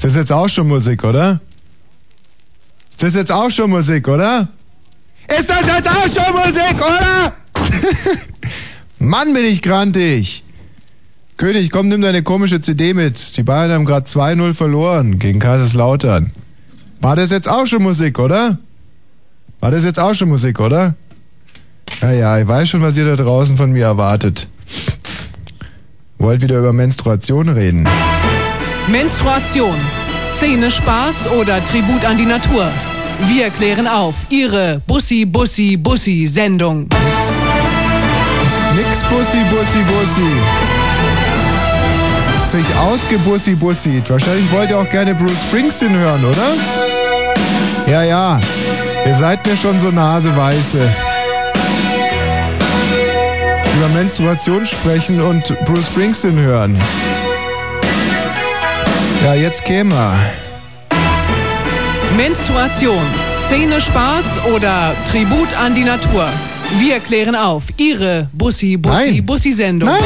Ist das jetzt auch schon Musik, oder? Ist das jetzt auch schon Musik, oder? Ist das jetzt auch schon Musik, oder? Mann, bin ich grantig. König, komm, nimm deine komische CD mit. Die Bayern haben gerade 2-0 verloren gegen Kaiserslautern. War das jetzt auch schon Musik, oder? War das jetzt auch schon Musik, oder? Ja, ich weiß schon, was ihr da draußen von mir erwartet. Wollt wieder über Menstruation reden. Menstruation. Szene-Spaß oder Tribut an die Natur? Wir klären auf. Ihre Bussi-Bussi-Bussi-Sendung. Nix Bussi-Bussi-Bussi. Sich ausgebussi-bussit. Wahrscheinlich wollt ihr auch gerne Bruce Springsteen hören, oder? Ja. Ihr seid mir schon so naseweiße. Über Menstruation sprechen und Bruce Springsteen hören. Ja, jetzt käme er. Menstruation. Szene-Spaß oder Tribut an die Natur? Wir klären auf. Ihre Bussi-Bussi-Bussi-Sendung. Nein!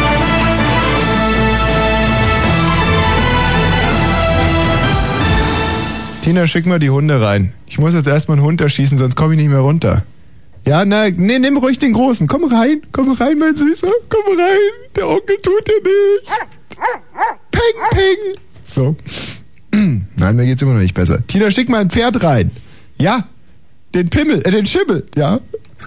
Tina, schick mal die Hunde rein. Ich muss jetzt erstmal einen Hund erschießen, sonst komme ich nicht mehr runter. Ja, nimm ruhig den Großen. Komm rein, mein Süßer. Komm rein. Der Onkel tut dir nichts. Peng, peng. So. Nein, mir geht's immer noch nicht besser. Tina, schick mal ein Pferd rein. Ja. Den Schimmel, ja.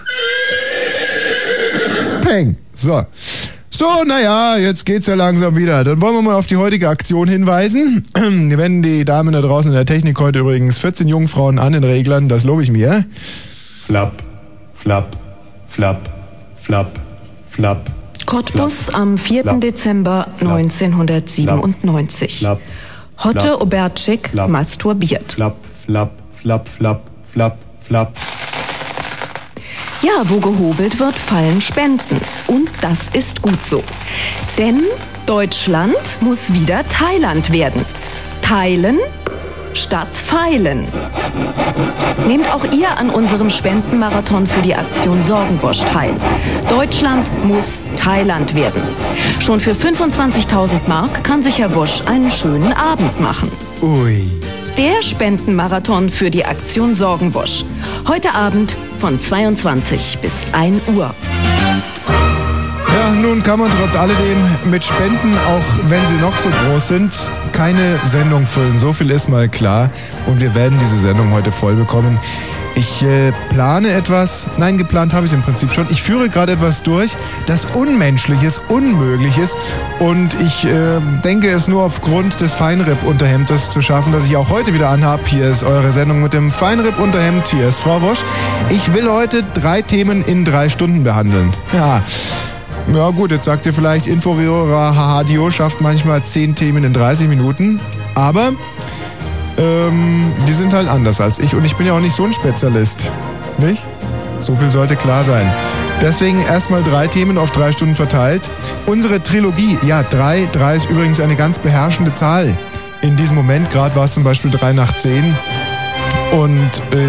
Peng. So. So, naja, jetzt geht's ja langsam wieder. Dann wollen wir mal auf die heutige Aktion hinweisen. Wir wenden die Damen da draußen in der Technik heute übrigens 14 Jungfrauen an den Reglern, das lobe ich mir. Flapp, flapp, flapp, flapp, flapp. Cottbus am 4. Dezember 1997. Hotte Obertschik masturbiert. Flapp, flapp, flapp, flapp, flapp, flapp. Ja, wo gehobelt wird, fallen Spenden. Und das ist gut so. Denn Deutschland muss wieder Thailand werden. Teilen statt feilen. Nehmt auch ihr an unserem Spendenmarathon für die Aktion Sorgenwosch teil. Deutschland muss Thailand werden. Schon für 25.000 Mark kann sich Herr Wosch einen schönen Abend machen. Ui. Der Spendenmarathon für die Aktion Sorgenwosch. Heute Abend von 22 bis 1 Uhr. Ja, nun kann man trotz alledem mit Spenden, auch wenn sie noch so groß sind, keine Sendung füllen. So viel ist mal klar. Und wir werden diese Sendung heute voll bekommen. Ich plane etwas, nein, geplant habe ich es im Prinzip schon. Ich führe gerade etwas durch, das Unmenschliches, Unmögliches. Und ich denke, es nur aufgrund des Feinripp-Unterhemdes zu schaffen, das ich auch heute wieder anhabe. Hier ist eure Sendung mit dem Feinripp-Unterhemd. Hier ist Frau Wosch. Ich will heute 3 Themen in 3 Stunden behandeln. Ja gut, jetzt sagt ihr vielleicht, Inforiorer HHDO schafft manchmal 10 Themen in 30 Minuten. Aber die sind halt anders als ich und ich bin ja auch nicht so ein Spezialist. Nicht? So viel sollte klar sein. Deswegen erstmal 3 Themen auf 3 Stunden verteilt. Unsere Trilogie, ja 3 ist übrigens eine ganz beherrschende Zahl. In diesem Moment, gerade war es zum Beispiel 3 nach 10 und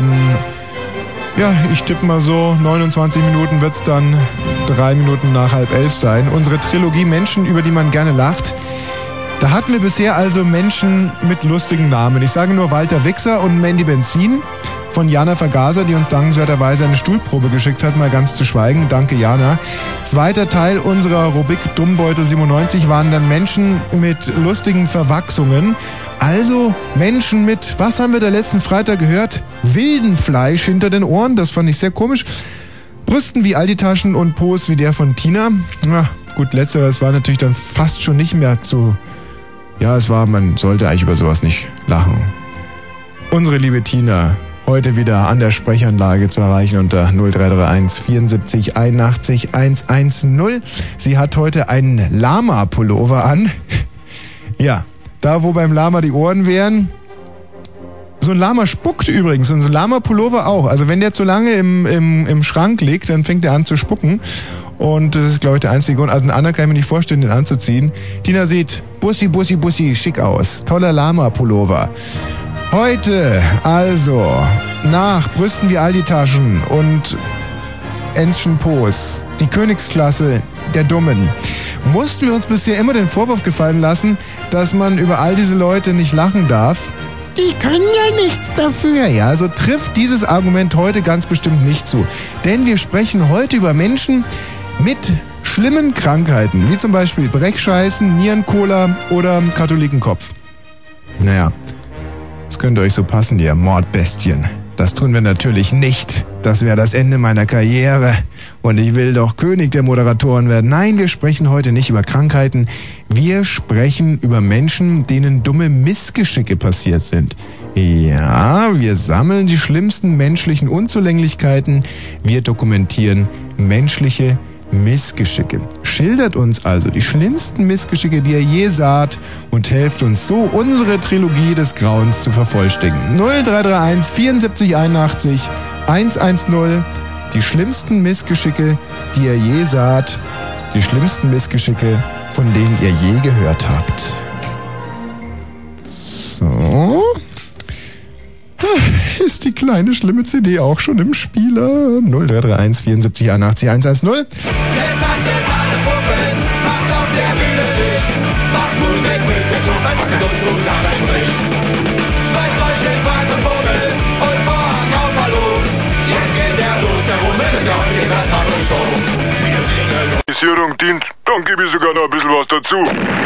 ich tippe mal so, 29 Minuten wird es dann 3 Minuten nach 10:30 sein. Unsere Trilogie Menschen, über die man gerne lacht. Da hatten wir bisher also Menschen mit lustigen Namen. Ich sage nur Walter Wichser und Mandy Benzin von Jana Vergaser, die uns dankenswerterweise eine Stuhlprobe geschickt hat, mal ganz zu schweigen. Danke, Jana. Zweiter Teil unserer Rubrik Dummbeutel 97 waren dann Menschen mit lustigen Verwachsungen. Also Menschen mit, was haben wir da letzten Freitag gehört? Wildenfleisch hinter den Ohren, das fand ich sehr komisch. Brüsten wie Aldi-Taschen und Po's wie der von Tina. Ja, gut, letzteres war natürlich dann fast schon nicht mehr zu... Ja, man sollte eigentlich über sowas nicht lachen. Unsere liebe Tina, heute wieder an der Sprechanlage zu erreichen unter 0331 74 81 110. Sie hat heute einen Lama-Pullover an. Ja, da wo beim Lama die Ohren wären. So ein Lama spuckt übrigens und so ein Lama-Pullover auch. Also wenn der zu lange im Schrank liegt, dann fängt er an zu spucken. Und das ist, glaube ich, der einzige Grund. Also einen anderen kann ich mir nicht vorstellen, den anzuziehen. Tina sieht bussi schick aus. Toller Lama-Pullover. Heute also nach Brüsten wie Aldi-Taschen und Enschen Poos, die Königsklasse der Dummen, mussten wir uns bisher immer den Vorwurf gefallen lassen, dass man über all diese Leute nicht lachen darf. Die können ja nichts dafür. Ja, also trifft dieses Argument heute ganz bestimmt nicht zu. Denn wir sprechen heute über Menschen mit schlimmen Krankheiten, wie zum Beispiel Brechscheißen, Nierenkola oder Katholikenkopf. Naja, das könnte euch so passen, ihr Mordbestien. Das tun wir natürlich nicht. Das wäre das Ende meiner Karriere. Und ich will doch König der Moderatoren werden. Nein, wir sprechen heute nicht über Krankheiten. Wir sprechen über Menschen, denen dumme Missgeschicke passiert sind. Ja, wir sammeln die schlimmsten menschlichen Unzulänglichkeiten. Wir dokumentieren menschliche Missgeschicke. Schildert uns also die schlimmsten Missgeschicke, die ihr je saht, und helft uns so, unsere Trilogie des Grauens zu vervollständigen. 0331 74 81 110. Die schlimmsten Missgeschicke, die ihr je saht. Die schlimmsten Missgeschicke, von denen ihr je gehört habt. So. Ist die kleine schlimme CD auch schon im Spieler? 0331 74 81 110. Jetzt tanzen alle Puppen, macht auf der Bühne Licht. Macht Musik mystisch und verpackt und zusammenbricht. Schmeißt euch den zweiten Vogel und Vorhang auf Hallo. Jetzt geht der los, der Rummel in der heutigen Ratzhagel-Show. Die Sicherung dient, dann gebe ich sogar noch ein bisschen was dazu.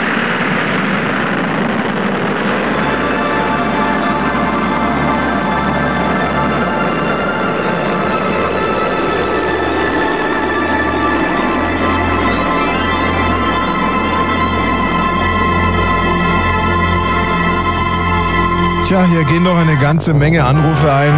Tja, hier gehen doch eine ganze Menge Anrufe ein.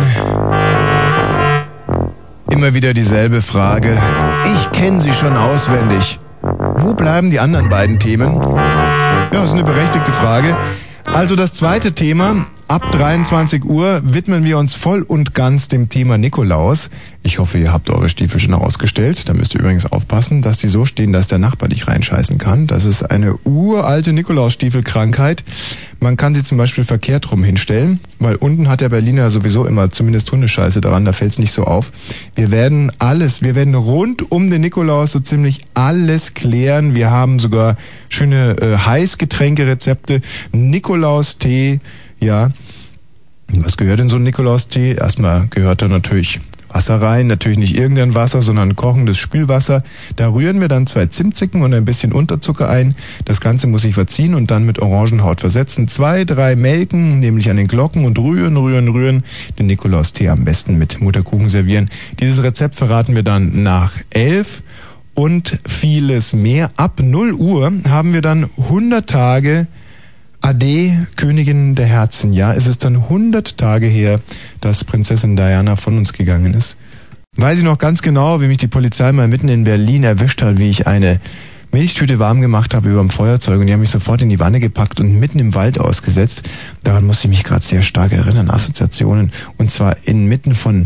Immer wieder dieselbe Frage. Ich kenne sie schon auswendig. Wo bleiben die anderen beiden Themen? Ja, das ist eine berechtigte Frage. Also das zweite Thema. Ab 23 Uhr widmen wir uns voll und ganz dem Thema Nikolaus. Ich hoffe, ihr habt eure Stiefel schon ausgestellt. Da müsst ihr übrigens aufpassen, dass die so stehen, dass der Nachbar dich reinscheißen kann. Das ist eine uralte Nikolausstiefelkrankheit. Man kann sie zum Beispiel verkehrt rum hinstellen, weil unten hat der Berliner sowieso immer zumindest Hundescheiße daran, da fällt es nicht so auf. Wir werden rund um den Nikolaus so ziemlich alles klären. Wir haben sogar schöne Heißgetränkerezepte, Nikolaustee. Ja, was gehört in so einen Nikolaustee? Erstmal gehört da natürlich Wasser rein, natürlich nicht irgendein Wasser, sondern kochendes Spülwasser. Da rühren wir dann 2 Zimtzicken und ein bisschen Unterzucker ein. Das Ganze muss sich verziehen und dann mit Orangenhaut versetzen. 2, 3 melken, nämlich an den Glocken, und rühren. Den Nikolaustee am besten mit Mutterkuchen servieren. Dieses Rezept verraten wir dann nach 11 und vieles mehr. Ab 0 Uhr haben wir dann 100 Tage Ade, Königin der Herzen. Ja, es ist dann 100 Tage her, dass Prinzessin Diana von uns gegangen ist. Weiß ich noch ganz genau, wie mich die Polizei mal mitten in Berlin erwischt hat, wie ich eine Milchtüte warm gemacht habe über dem Feuerzeug, und die haben mich sofort in die Wanne gepackt und mitten im Wald ausgesetzt. Daran musste ich mich gerade sehr stark erinnern, Assoziationen. Und zwar inmitten von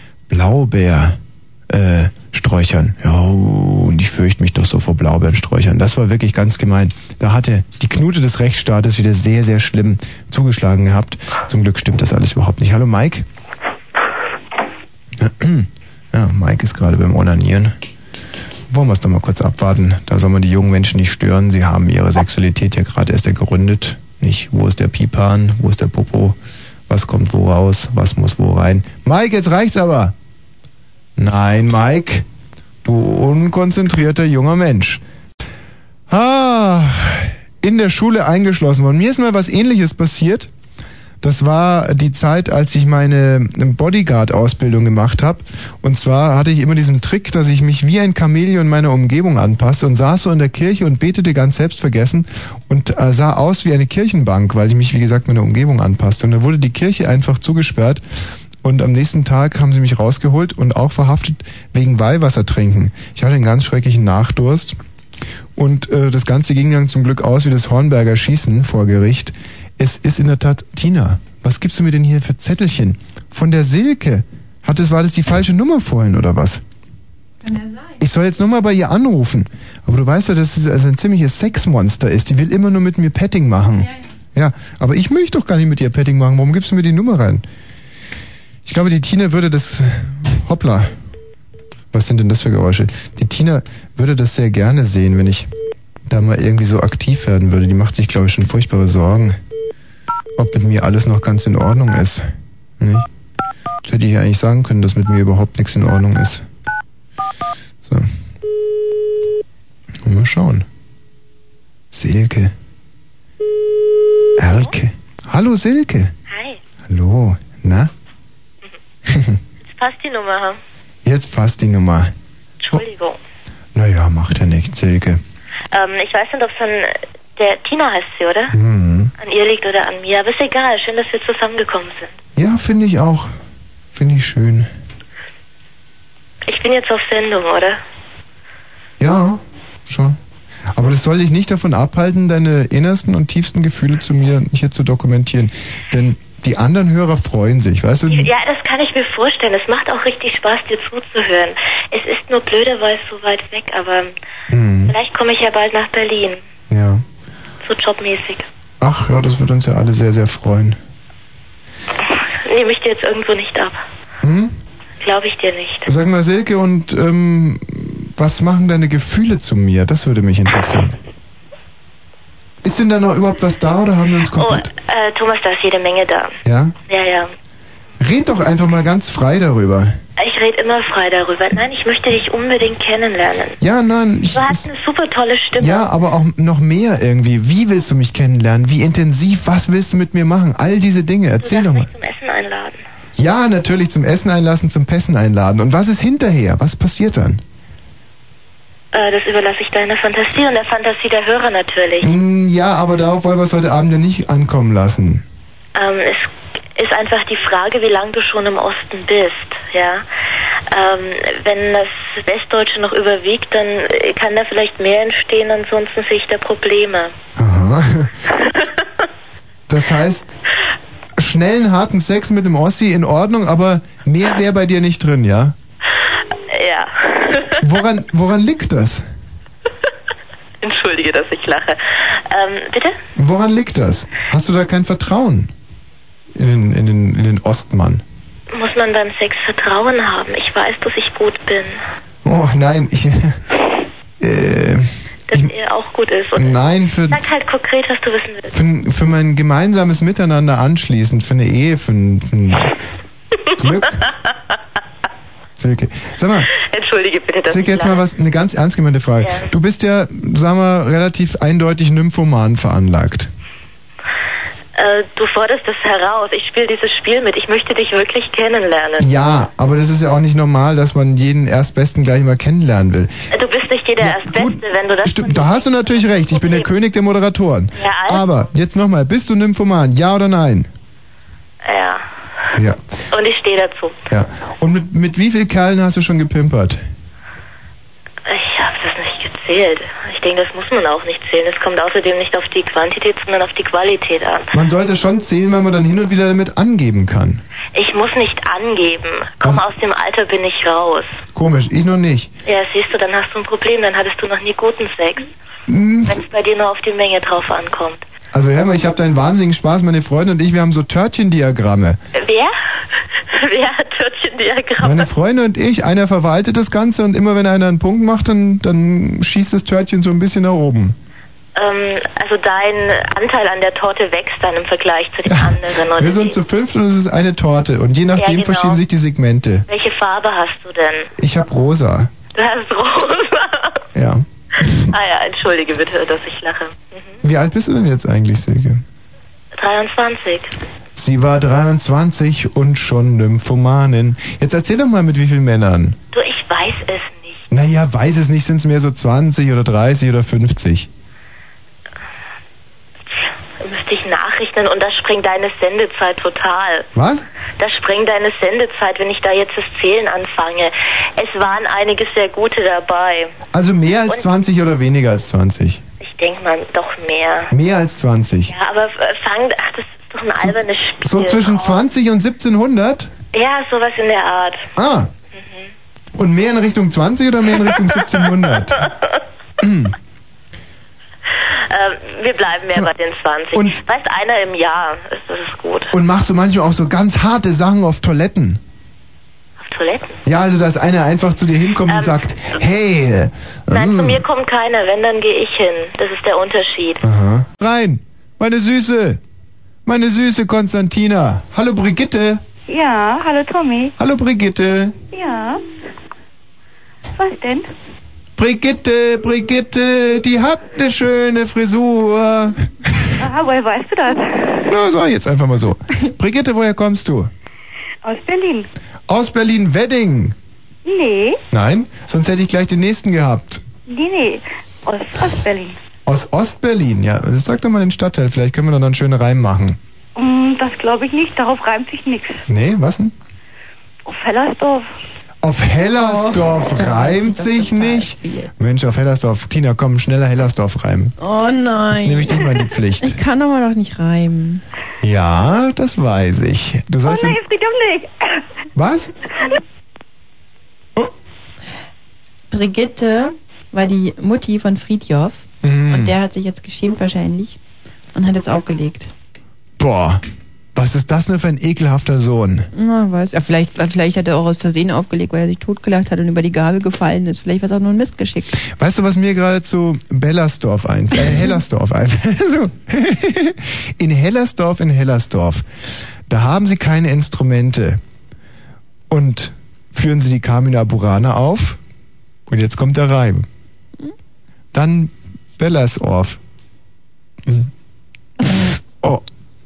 Blaubeersträuchern. Ja, und ich fürchte mich doch so vor Blaubeersträuchern. Das war wirklich ganz gemein. Da hatte die Knute des Rechtsstaates wieder sehr, sehr schlimm zugeschlagen gehabt. Zum Glück stimmt das alles überhaupt nicht. Hallo Mike? Ja, Mike ist gerade beim Onanieren. Wollen wir es doch mal kurz abwarten. Da soll man die jungen Menschen nicht stören. Sie haben ihre Sexualität ja gerade erst ergründet. Nicht, wo ist der Pipan, wo ist der Popo, was kommt wo raus, was muss wo rein. Mike, jetzt reicht's aber. Nein, Mike, du unkonzentrierter junger Mensch. In der Schule eingeschlossen worden. Mir ist mal was Ähnliches passiert. Das war die Zeit, als ich meine Bodyguard-Ausbildung gemacht habe. Und zwar hatte ich immer diesen Trick, dass ich mich wie ein Chamäleon meiner Umgebung anpasse und saß so in der Kirche und betete ganz selbstvergessen und sah aus wie eine Kirchenbank, weil ich mich, wie gesagt, meiner Umgebung anpasste. Und da wurde die Kirche einfach zugesperrt. Und am nächsten Tag haben sie mich rausgeholt und auch verhaftet wegen Weihwasser trinken. Ich hatte einen ganz schrecklichen Nachdurst. Und das Ganze ging dann zum Glück aus wie das Hornberger Schießen vor Gericht. Es ist in der Tat Tina. Was gibst du mir denn hier für Zettelchen? Von der Silke. War das die falsche Nummer vorhin oder was? Kann ja sein. Ich soll jetzt nochmal bei ihr anrufen. Aber du weißt ja, dass sie also ein ziemliches Sexmonster ist. Die will immer nur mit mir Petting machen. Ja, aber ich möchte doch gar nicht mit ihr Petting machen. Warum gibst du mir die Nummer rein? Ich glaube, die Tina würde das... Hoppla. Was sind denn das für Geräusche? Die Tina würde das sehr gerne sehen, wenn ich da mal irgendwie so aktiv werden würde. Die macht sich, glaube ich, schon furchtbare Sorgen, ob mit mir alles noch ganz in Ordnung ist. Nicht? Das hätte ich eigentlich sagen können, dass mit mir überhaupt nichts in Ordnung ist. So. Mal schauen. Silke. Erlke. Hallo Silke. Hi. Hallo. Na? Jetzt passt die Nummer, hm? Jetzt passt die Nummer. Entschuldigung. Naja, macht ja nichts, Silke. Ich weiß nicht, ob es an der Tina heißt sie, oder? Mhm. An ihr liegt oder an mir. Aber ist egal. Schön, dass wir zusammengekommen sind. Ja, finde ich auch. Finde ich schön. Ich bin jetzt auf Sendung, oder? Ja, schon. Aber das soll dich nicht davon abhalten, deine innersten und tiefsten Gefühle zu mir hier zu dokumentieren. Denn die anderen Hörer freuen sich, weißt du? Ja, das kann ich mir vorstellen. Es macht auch richtig Spaß, dir zuzuhören. Es ist nur blöderweise so weit weg, aber vielleicht komme ich ja bald nach Berlin. Ja. So jobmäßig. Ach ja, das wird uns ja alle sehr, sehr freuen. Nehme ich dir jetzt irgendwo nicht ab. Glaube ich dir nicht. Sag mal, Silke, und was machen deine Gefühle zu mir? Das würde mich interessieren. Ist denn da noch überhaupt was da oder haben wir uns komplett... Thomas, da ist jede Menge da. Ja? Ja, ja. Red doch einfach mal ganz frei darüber. Ich rede immer frei darüber. Nein, ich möchte dich unbedingt kennenlernen. Ja, nein... Du hast eine super tolle Stimme. Ja, aber auch noch mehr irgendwie. Wie willst du mich kennenlernen? Wie intensiv? Was willst du mit mir machen? All diese Dinge. Erzähl doch mal. Mich zum Essen einladen. Ja, natürlich zum Essen einlassen, zum Pessen einladen. Und was ist hinterher? Was passiert dann? Das überlasse ich deiner Fantasie und der Fantasie der Hörer natürlich. Ja, aber darauf wollen wir es heute Abend ja nicht ankommen lassen. Es ist einfach die Frage, wie lange du schon im Osten bist, ja. Wenn das Westdeutsche noch überwiegt, dann kann da vielleicht mehr entstehen, ansonsten sehe ich da Probleme. Aha. Das heißt, schnellen, harten Sex mit dem Ossi in Ordnung, aber mehr wäre bei dir nicht drin, ja? Ja. Woran liegt das? Entschuldige, dass ich lache. Bitte? Woran liegt das? Hast du da kein Vertrauen in den Ostmann? Muss man beim Sex Vertrauen haben? Ich weiß, dass ich gut bin. Oh, nein, dass er auch gut ist. Und nein, sag halt konkret, was du wissen willst. Für mein gemeinsames Miteinander anschließend, für eine Ehe, für ein Glück. Silke, sag mal. Entschuldige bitte, dass Silke, jetzt mal eine ganz ernst gemeinte Frage. Ja. Du bist ja, sagen wir, relativ eindeutig nymphoman veranlagt. Du forderst das heraus. Ich spiele dieses Spiel mit. Ich möchte dich wirklich kennenlernen. Ja, aber das ist ja auch nicht normal, dass man jeden Erstbesten gleich mal kennenlernen will. Du bist nicht jeder Erstbeste, wenn du das... Stimmt, da hast du natürlich recht. Ich bin der König der Moderatoren. Ja, also? Aber, jetzt nochmal, bist du nymphoman? Ja oder nein? Ja. Ja. Und ich stehe dazu. Ja. Und mit wie vielen Kerlen hast du schon gepimpert? Ich habe das nicht gezählt. Ich denke, das muss man auch nicht zählen. Es kommt außerdem nicht auf die Quantität, sondern auf die Qualität an. Man sollte schon zählen, weil man dann hin und wieder damit angeben kann. Ich muss nicht angeben. Komm, aus dem Alter bin ich raus. Komisch, ich noch nicht. Ja, siehst du, dann hast du ein Problem. Dann hattest du noch nie guten Sex. Wenn es bei dir nur auf die Menge drauf ankommt. Also hör mal, ich habe da einen wahnsinnigen Spaß. Meine Freundin und ich, wir haben so Törtchendiagramme. Wer? Wer hat Törtchendiagramme? Meine Freundin und ich, einer verwaltet das Ganze und immer wenn einer einen Punkt macht, dann schießt das Törtchen so ein bisschen nach oben. Also dein Anteil an der Torte wächst dann im Vergleich zu den anderen, oder? Wir sind zu 5 und es ist eine Torte und je nachdem verschieben sich die Segmente. Welche Farbe hast du denn? Ich habe rosa. Du hast rosa? Ja. Ja, entschuldige bitte, dass ich lache. Wie alt bist du denn jetzt eigentlich, Silke? 23. Sie war 23 und schon Nymphomanin. Jetzt erzähl doch mal, mit wie vielen Männern? Du, ich weiß es nicht. Naja, weiß es nicht, sind es mehr so 20 oder 30 oder 50? Müsste ich nachrechnen und das sprengt deine Sendezeit total. Was? Das sprengt deine Sendezeit, wenn ich da jetzt das Zählen anfange. Es waren einige sehr gute dabei. Also mehr als 20 oder weniger als 20? Ich denke mal, doch mehr. Mehr als 20? Ja, aber das ist doch ein albernes Spiel. So zwischen 20 und 1700? Ja, sowas in der Art. Ah. Und mehr in Richtung 20 oder mehr in Richtung 1700? Wir bleiben mehr bei den 20. Und weißt, einer im Jahr, das ist gut. Und machst du manchmal auch so ganz harte Sachen auf Toiletten? Auf Toiletten. Ja, also dass einer einfach zu dir hinkommt und sagt, hey. Nein, zu mir kommt keiner. Wenn, dann gehe ich hin. Das ist der Unterschied. Aha. Rein, meine süße Konstantina. Hallo Brigitte. Ja, hallo Tommy. Hallo Brigitte. Ja. Was denn? Brigitte, die hat eine schöne Frisur. Aha, woher weißt du das? Na, so, jetzt einfach mal so. Brigitte, woher kommst du? Aus Berlin. Aus Berlin-Wedding. Nee. Nein? Sonst hätte ich gleich den nächsten gehabt. Nee. Aus Ostberlin. Aus Ostberlin, ja. Sag doch mal den Stadtteil, vielleicht können wir dann einen schönen Reim machen. Das glaube ich nicht, darauf reimt sich nichts. Nee, was denn? Auf Hellersdorf. Auf Hellersdorf reimt sich nicht? Mensch, auf Hellersdorf. Tina, komm, schneller Hellersdorf reimen. Oh nein. Jetzt nehme ich dich mal in die Pflicht. Ich kann aber doch nicht reimen. Ja, das weiß ich. Du sollst nein, es geht doch nicht. Was? Brigitte war die Mutti von Fridtjof und der hat sich jetzt geschämt wahrscheinlich und hat jetzt aufgelegt. Boah, was ist das nur für ein ekelhafter Sohn? Na, weiß. Ja, vielleicht hat er auch aus Versehen aufgelegt, weil er sich totgelacht hat und über die Gabel gefallen ist. Vielleicht war es auch nur ein Missgeschick. Weißt du, was mir gerade zu Hellersdorf einfällt? So. In Hellersdorf, da haben sie keine Instrumente. Und führen sie die Carmina Burana auf. Und jetzt kommt der Reim. Dann Bellersorf. Oh.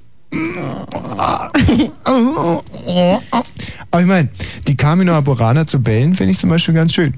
Aber ich meine, die Carmina Burana zu bellen, finde ich zum Beispiel ganz schön.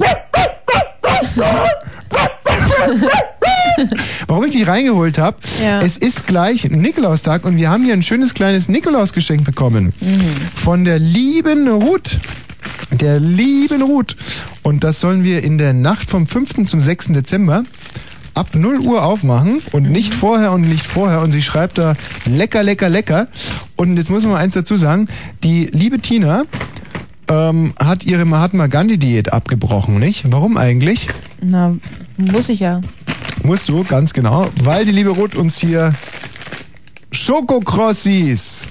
Warum ich die reingeholt habe, es ist gleich Nikolaustag und wir haben hier ein schönes kleines Nikolausgeschenk bekommen. Von der lieben Ruth. Der lieben Ruth. Und das sollen wir in der Nacht vom 5. zum 6. Dezember ab 0 Uhr aufmachen und nicht vorher und nicht vorher. Und sie schreibt da lecker, lecker, lecker. Und jetzt muss man mal eins dazu sagen, die liebe Tina hat ihre Mahatma Gandhi-Diät abgebrochen, nicht? Warum eigentlich? Na, muss ich ja. Musst du, ganz genau. Weil die liebe Ruth uns hier Schokokrossis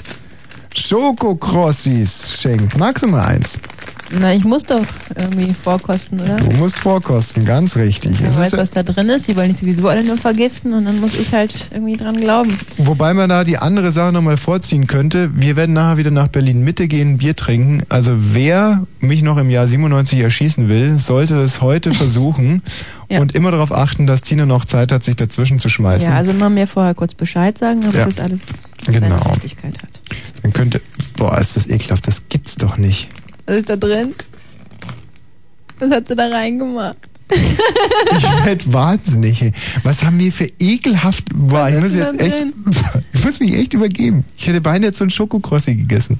schenkt. Magst du mal eins? Na, ich muss doch irgendwie vorkosten, oder? Du musst vorkosten, ganz richtig. Ich weiß, was da drin ist. Die wollen nicht sowieso alle nur vergiften und dann muss ich halt irgendwie dran glauben. Wobei man da die andere Sache nochmal vorziehen könnte. Wir werden nachher wieder nach Berlin-Mitte gehen, Bier trinken. Also wer mich noch im Jahr 97 erschießen will, sollte das heute versuchen und immer darauf achten, dass Tina noch Zeit hat, sich dazwischen zu schmeißen. Ja, also mal mir vorher kurz Bescheid sagen, damit das alles seine Richtigkeit hat. Dann könnte... Boah, ist das ekelhaft. Das gibt's doch nicht. Was ist da drin? Was hat sie da reingemacht? Ich werd wahnsinnig. Was haben wir für ekelhaft... Boah, ich muss mich echt übergeben. Ich hätte beinahe jetzt so ein Schokokrossi gegessen.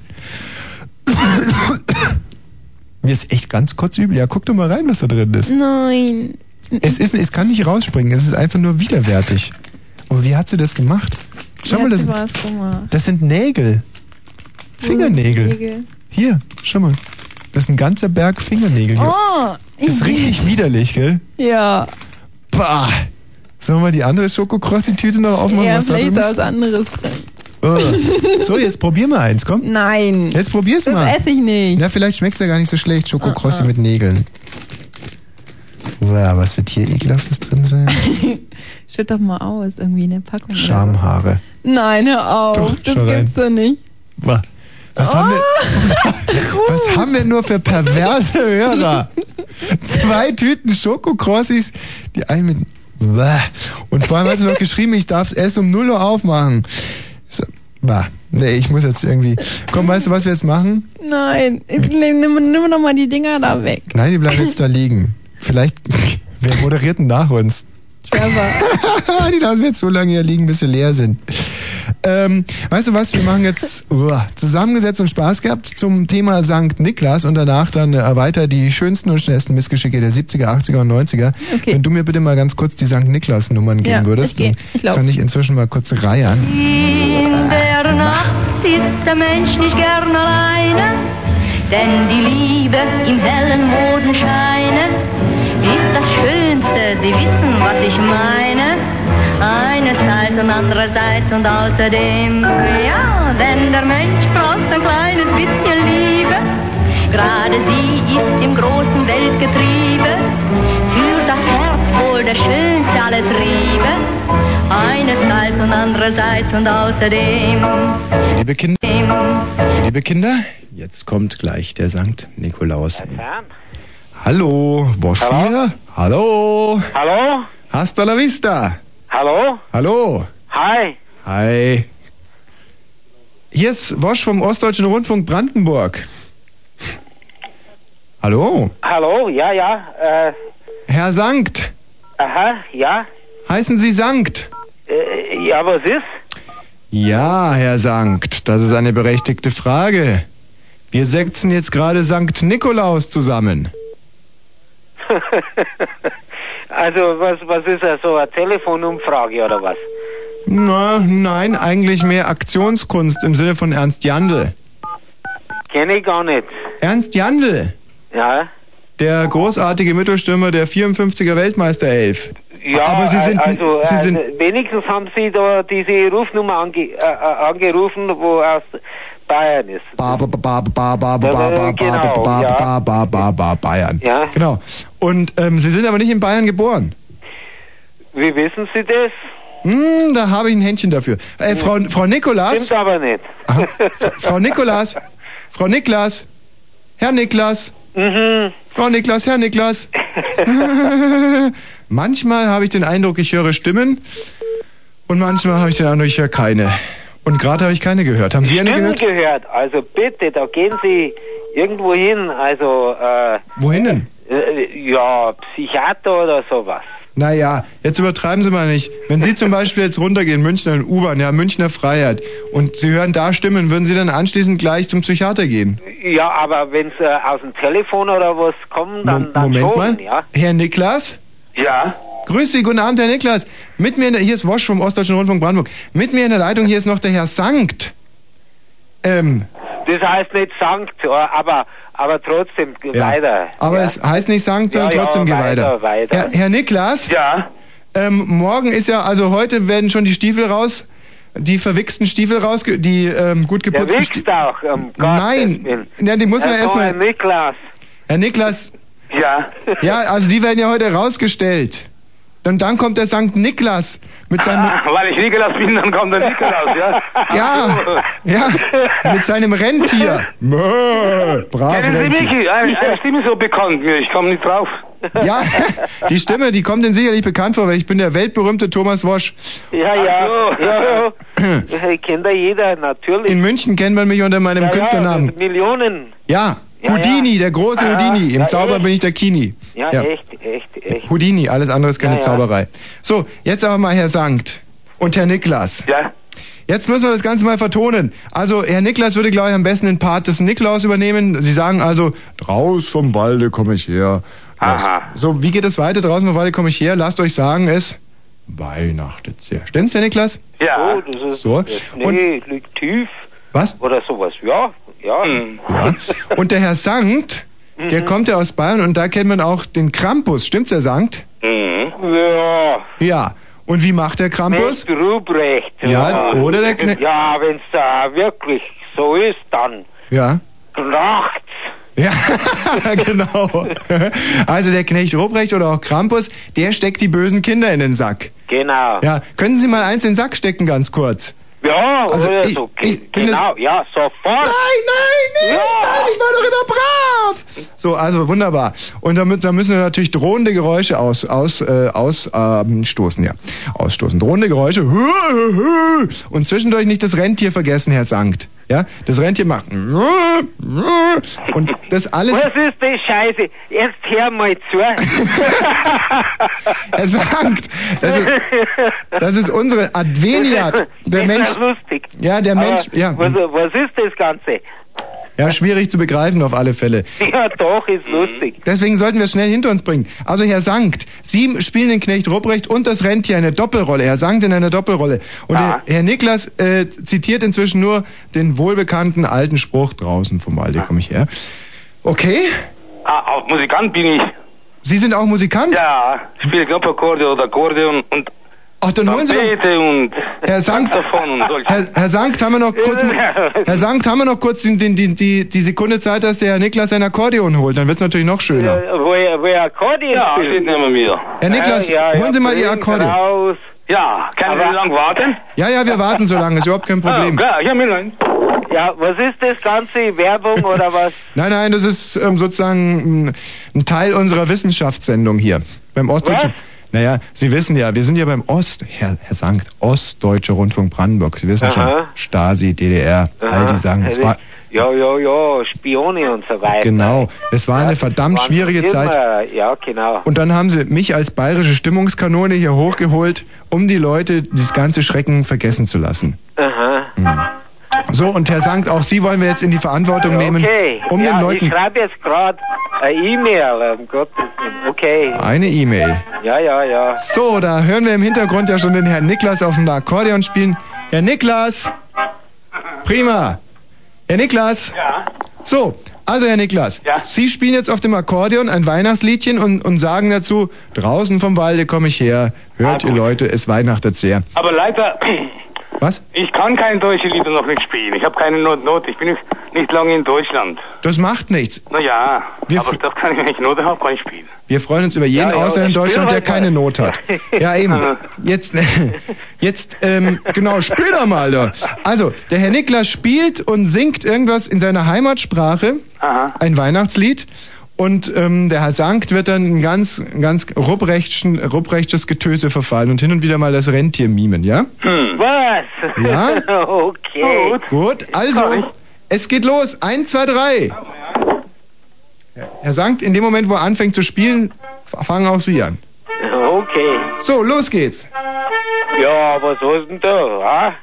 Mir ist echt ganz kotzübel. Ja, guck doch mal rein, was da drin ist. Nein. Es kann nicht rausspringen. Es ist einfach nur widerwärtig. Aber wie hat sie das gemacht? Schau mal, das sind Nägel. Fingernägel. Hier, schau mal. Das ist ein ganzer Berg Fingernägel hier. Oh, das ist richtig widerlich, gell? Ja. Bah. Sollen wir mal die andere Schokokrossi-Tüte noch aufmachen? Ja, vielleicht ist da was anderes drin. Oh. So, jetzt probier mal eins, komm. Nein. Jetzt probier's mal. Das esse ich nicht. Ja, vielleicht schmeckt's ja gar nicht so schlecht, Schokokrossi mit Nägeln. Wow, was wird hier ekelhaftes drin sein? Schütt doch mal aus, irgendwie in der Packung. Schamhaare. So. Nein, hör auf. Doch, das gibt's doch nicht. Was haben wir nur für perverse Hörer? 2 Tüten Schokokrossis, die einen mit... Und vor allem hat sie noch geschrieben, ich darf es erst um 0 Uhr aufmachen. So, nee, ich muss jetzt irgendwie... Komm, weißt du, was wir jetzt machen? Nein, nimm doch mal die Dinger da weg. Nein, die bleiben jetzt da liegen. Vielleicht... Wer moderiert denn nach uns? Trevor. Die lassen wir jetzt so lange hier liegen, bis sie leer sind. Weißt du was, wir machen jetzt zusammengesetzt und Spaß gehabt zum Thema St. Niklas und danach dann weiter die schönsten und schnellsten Missgeschicke der 70er, 80er und 90er. Okay. Wenn du mir bitte mal ganz kurz die St. Niklas-Nummern geben würdest, dann kann ich inzwischen mal kurz reiern. In der Nacht ist der Mensch nicht gern alleine, denn die Liebe im hellen Mondenscheine ist das Schönste, Sie wissen, was ich meine. Einerseits und andererseits und außerdem, ja, denn der Mensch braucht ein kleines bisschen Liebe. Gerade sie ist im großen Weltgetriebe, für das Herz wohl der schönste aller Triebe. Einerseits und andererseits und außerdem. Liebe Kinder, jetzt kommt gleich der Sankt Nikolaus. Hallo, Wosch hier? Hallo? Hallo? Hasta la vista. Hallo? Hallo? Hi. Hi. Hier ist Wosch vom Ostdeutschen Rundfunk Brandenburg. Hallo? Hallo, ja. Herr Sankt. Aha, ja. Heißen Sie Sankt? Ja, was ist? Ja, Herr Sankt, das ist eine berechtigte Frage. Wir setzen jetzt gerade Sankt Nikolaus zusammen. Also, was ist das, so eine Telefonumfrage oder was? Nein, eigentlich mehr Aktionskunst im Sinne von Ernst Jandl. Kenne ich gar nicht. Ernst Jandl? Ja. Der großartige Mittelstürmer der 54er Weltmeisterelf. Ja, aber Sie sind wenigstens haben Sie da diese Rufnummer angerufen, wo aus Bayern ist. Bayern. Ja. Genau. Und Sie sind aber nicht in Bayern geboren. Wie wissen Sie das? Da habe ich ein Händchen dafür. Frau Nikolaus. Stimmt aber nicht. Aha. Frau Nikolaus. Frau Niklas. Herr Niklas. Frau Niklas, Herr Niklas. Manchmal habe ich den Eindruck, ich höre Stimmen und manchmal habe ich den Eindruck, ich höre keine. Und gerade habe ich keine gehört. Haben Sie eine gehört? Also bitte, da gehen Sie irgendwo hin, also... Wohin denn? Ja, Psychiater oder sowas. Naja, jetzt übertreiben Sie mal nicht. Wenn Sie zum Beispiel jetzt runtergehen, Münchner in U-Bahn, ja, Münchner Freiheit, und Sie hören da Stimmen, würden Sie dann anschließend gleich zum Psychiater gehen? Ja, aber wenn es aus dem Telefon oder was kommt, dann Moment schon, mal. Ja. Herr Niklas? Ja? Grüß Sie, guten Abend, Herr Niklas. Mit mir, hier ist Wosch vom Ostdeutschen Rundfunk Brandenburg. Mit mir in der Leitung, hier ist noch der Herr Sankt. Das heißt nicht Sankt, aber trotzdem, ja. Weiter. Aber es heißt nicht Sankt, sondern trotzdem geh weiter. Herr Niklas? Ja? Morgen ist ja, also heute werden schon die Stiefel raus, die verwichsten Stiefel raus, die gut geputzten Stiefel. auch, Nein, ja, die muss man erstmal... Herr Niklas. Herr Niklas... Ja? Ja, also die werden ja heute rausgestellt. Und dann kommt der Sankt Niklas mit seinem... weil ich Nikolaus bin, dann kommt der Nikolaus, ja? Ja, mit seinem Rentier. Brav, Kennen Sie mich? Eine Stimme so bekannt mir, ich komme nicht drauf. Ja, die Stimme, die kommt Ihnen sicherlich bekannt vor, weil ich bin der weltberühmte Thomas Wosch. Ja. Kennt da jeder, natürlich. In München kennt man mich unter meinem Künstlernamen. Millionen. Ja. Houdini, der große Houdini. Im Zauber bin ich der Kini. Ja, echt. Houdini, alles andere ist keine Zauberei. So, jetzt aber mal Herr Sankt und Herr Niklas. Ja. Jetzt müssen wir das Ganze mal vertonen. Also, Herr Niklas würde, glaube ich, am besten den Part des Nikolaus übernehmen. Sie sagen also, draus vom Walde komme ich her. Aha. So, wie geht es weiter? Draußen vom Walde komme ich her. Lasst euch sagen, es weihnachtet sehr. Stimmt's, Herr Niklas? Ja. Oh, das ist... So. Nee, liegt tief. Was? Oder sowas, ja. Ja. Und der Herr Sankt, der kommt ja aus Bayern und da kennt man auch den Krampus. Stimmt's, Herr Sankt? Ja. Ja. Und wie macht der Krampus? Knecht Ruprecht. Ja, oder der Knecht... Ja, wenn's da wirklich so ist, dann... Ja. Kracht's. Ja, genau. Also der Knecht Ruprecht oder auch Krampus, der steckt die bösen Kinder in den Sack. Genau. Ja, können Sie mal eins in den Sack stecken, ganz kurz? Ja, also oder so. Genau, ja, sofort. Nein, ich war doch immer brav. So, also wunderbar. Und da müssen wir natürlich drohende Geräusche ausstoßen, ja. Ausstoßen. Drohende Geräusche. Und zwischendurch nicht das Rentier vergessen, Herr Sankt. Ja, das Rentier macht und das alles... Was ist das Scheiße? Jetzt hör mal zu. Herr Sankt, das ist unsere Adveniat. Der Mensch... Das ist lustig. Ja, der Mensch... Ja. Was ist das Ganze? Ja, schwierig zu begreifen auf alle Fälle. Ja, doch, ist lustig. Deswegen sollten wir es schnell hinter uns bringen. Also, Herr Sankt, Sie spielen den Knecht Ruprecht und das Rentier in einer Doppelrolle. Herr Sankt in einer Doppelrolle. Und Herr Niklas zitiert inzwischen nur den wohlbekannten alten Spruch, draußen vom Walde komme ich her. Okay? Auch Musikant bin ich. Sie sind auch Musikant? Ja, spiele Knopfakkorde oder Akkordeon und Ach, dann holen Sie Trompete und Herr Sankt, Saxophon und solche. Herr Sankt, haben wir noch kurz, Herr Sankt, haben wir noch kurz die Sekunde Zeit, dass der Herr Niklas sein Akkordeon holt, dann wird's natürlich noch schöner. Wo Akkordeon Ja, spielt? steht neben mir. Herr Niklas, holen Sie mal Ihr Akkordeon. Raus. Ja, kann ich so lange warten? Ja, wir warten so lange, ist überhaupt kein Problem. Klar, ich hab mir rein. Ja, was ist das Ganze? Werbung oder was? Nein, das ist sozusagen ein Teil unserer Wissenschaftssendung hier beim Ostdeutschen. Was? Naja, Sie wissen ja, wir sind ja beim Herr Sankt, Ostdeutsche Rundfunk Brandenburg. Sie wissen schon, Stasi, DDR, all die Sachen. Es war, Ja, Spione und so weiter. genau, es war eine verdammt schwierige Zeit. Ja, genau. Und dann haben sie mich als bayerische Stimmungskanone hier hochgeholt, um die Leute dieses ganze Schrecken vergessen zu lassen. Aha. So, und Herr Sankt, auch Sie wollen wir jetzt in die Verantwortung nehmen, um den Leuten... Ich schreibe jetzt gerade eine E-Mail, um Gottes Willen. Okay. Eine E-Mail. Ja. So, da hören wir im Hintergrund ja schon den Herrn Niklas auf dem Akkordeon spielen. Herr Niklas! Prima! Herr Niklas! Ja. So, also Herr Niklas, Sie spielen jetzt auf dem Akkordeon ein Weihnachtsliedchen und sagen dazu, draußen vom Walde komme ich her, hört ihr Leute, es weihnachtet sehr. Aber leider, Was? ich kann keine deutsche Lieder noch nicht spielen. Ich habe keine Note. Ich bin nicht lange in Deutschland. Das macht nichts. Naja, aber das kann ich, wenn ich Note habe, kann ich spielen. Wir freuen uns über jeden Ausländer in Deutschland, der keine Not hat. Ja, eben. Jetzt, genau, spiel doch mal da. Also, der Herr Niklas spielt und singt irgendwas in seiner Heimatsprache, ein Weihnachtslied. Und der Herr Sankt wird dann ein ganz rupprechtes Getöse verfallen und hin und wieder mal das Rentier mimen, ja? Was? Ja? Okay. Gut, also, es geht los. 1, 2, 3. Herr Sankt, in dem Moment, wo er anfängt zu spielen, fangen auch Sie an. Okay. So, los geht's. Ja, was hast denn da? Ha?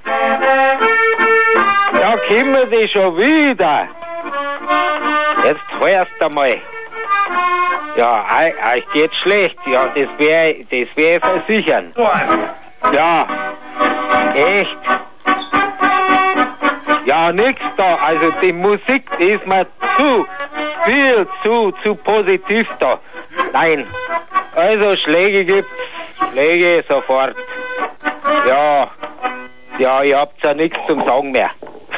Da kommen die schon wieder. Jetzt hörst du mal. Ja, euch geht's schlecht. Ja, das wär ich versichern. Ja, echt. Ja, nix da. Also die Musik, die ist mir zu positiv da. Nein. Also Schläge gibt's. Schläge sofort. Ja, ihr habt ja nichts zum Sagen mehr.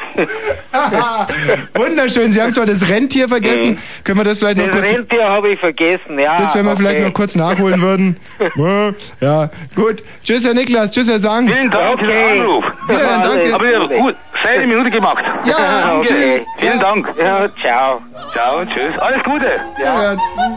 Wunderschön, Sie haben zwar das Rentier vergessen. Können wir das vielleicht noch kurz... Das Rentier habe ich vergessen, ja. Das werden wir vielleicht noch kurz nachholen würden. Ja, gut. Tschüss, Herr Niklas. Tschüss, Herr Sankt. Vielen Dank für den Anruf. Wiederhören, danke. Aber ihr habt gut, 6 Minuten gemacht. Ja, danke. tschüss. Vielen Dank. Ja, ciao. Ciao, tschüss. Alles Gute. Ja.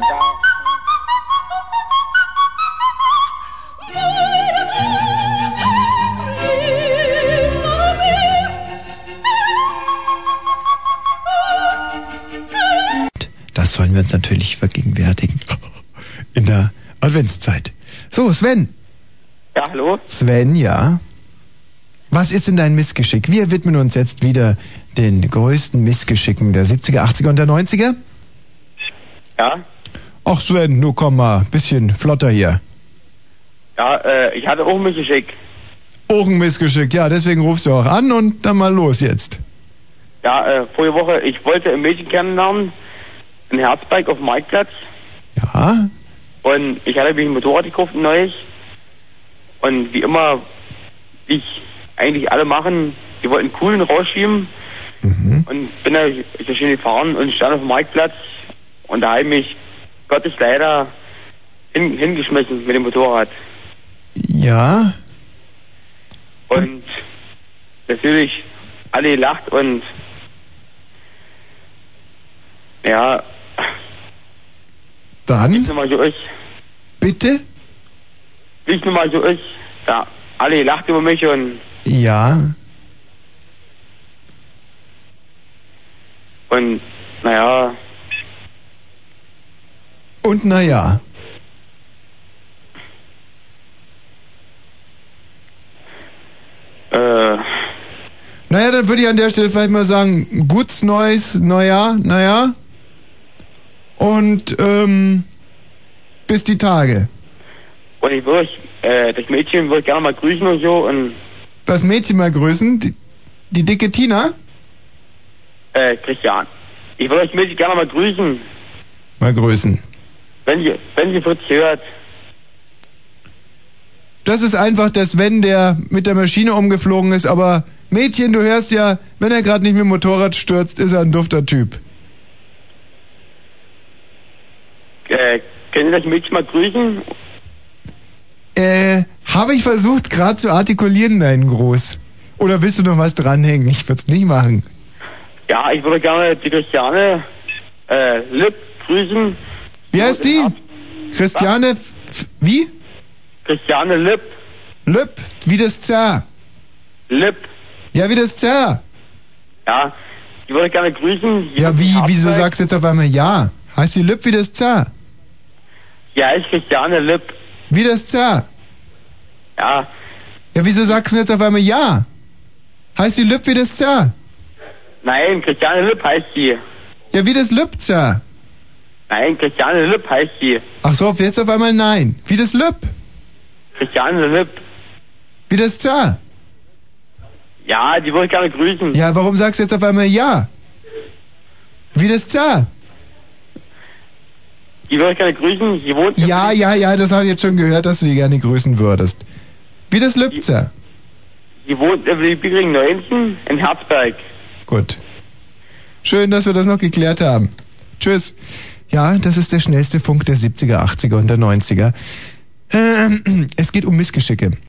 Das sollen wir uns natürlich vergegenwärtigen. In der Adventszeit. So, Sven. Ja, hallo? Sven, ja? Was ist denn dein Missgeschick? Wir widmen uns jetzt wieder den größten Missgeschicken der 70er, 80er und der 90er. Ja? Ach Sven, nur komm mal, bisschen flotter hier. Ja, ich hatte auch ein Missgeschick. Auch ein Missgeschick, ja, deswegen rufst du auch an und dann mal los jetzt. Ja, vorige Woche, ich wollte ein Mädchen kennenlernen, ein Herzbike auf dem Marktplatz. Ja? Und ich hatte mir ein Motorrad gekauft neulich. Und wie immer, wie ich eigentlich alle machen, die wollten einen coolen rausschieben. Und bin da so schön gefahren und stand auf dem Marktplatz. Und da habe ich mich Gottes leider hingeschmissen mit dem Motorrad. Ja? Und natürlich alle gelacht und ja. Dann? Liegt nochmal so ich. Bitte? Liegt nochmal so ich. Ja, alle gelacht über mich und Ja. Und naja. Und naja. Naja, dann würde ich an der Stelle vielleicht mal sagen, gutes neues Neujahr, naja. Und bis die Tage. Und ich würde das Mädchen würde ich gerne mal grüßen und so und Das Mädchen mal grüßen, die dicke Tina? Christian. Ich würde das Mädchen gerne mal grüßen. Mal grüßen. Wenn sie Fritz hört. Das ist einfach der Sven, der mit der Maschine umgeflogen ist. Aber Mädchen, du hörst ja, wenn er gerade nicht mit dem Motorrad stürzt, ist er ein dufter Typ. Können Sie das Mädchen mal grüßen? Habe ich versucht gerade zu artikulieren, deinen Gruß. Oder willst du noch was dranhängen? Ich würde es nicht machen. Ja, ich würde gerne die Christiane Lipp grüßen. Wie heißt die? Christiane, wie? Christiane Lipp. Lipp, wie das Zar. Lipp. Ja, wie das Zar. Ja, ich würde gerne grüßen. Ja, wieso sagst du jetzt auf einmal ja? Heißt die Lipp wie das Zar? Ja, ist Christiane Lipp. Wie das Zar? Ja. Ja, wieso sagst du jetzt auf einmal ja? Heißt die Lipp wie das Zar? Nein, Christiane Lipp heißt sie. Ja, wie das Lübzer. Nein, Christiane Lipp heißt sie. Ach so, jetzt auf einmal nein. Wie das Lüb. Christiane Lipp. Wie das Zar. Ja, die würde ich gerne grüßen. Ja, warum sagst du jetzt auf einmal ja? Wie das Zar. Die würde ich gerne grüßen. Sie wohnt ja, das habe ich jetzt schon gehört, dass du die gerne grüßen würdest. Wie das Lübzer. Sie wohnt im Liebling 19 in Herzberg. Gut. Schön, dass wir das noch geklärt haben. Tschüss. Ja, das ist der schnellste Funk der 70er, 80er und der 90er. Es geht um Missgeschicke.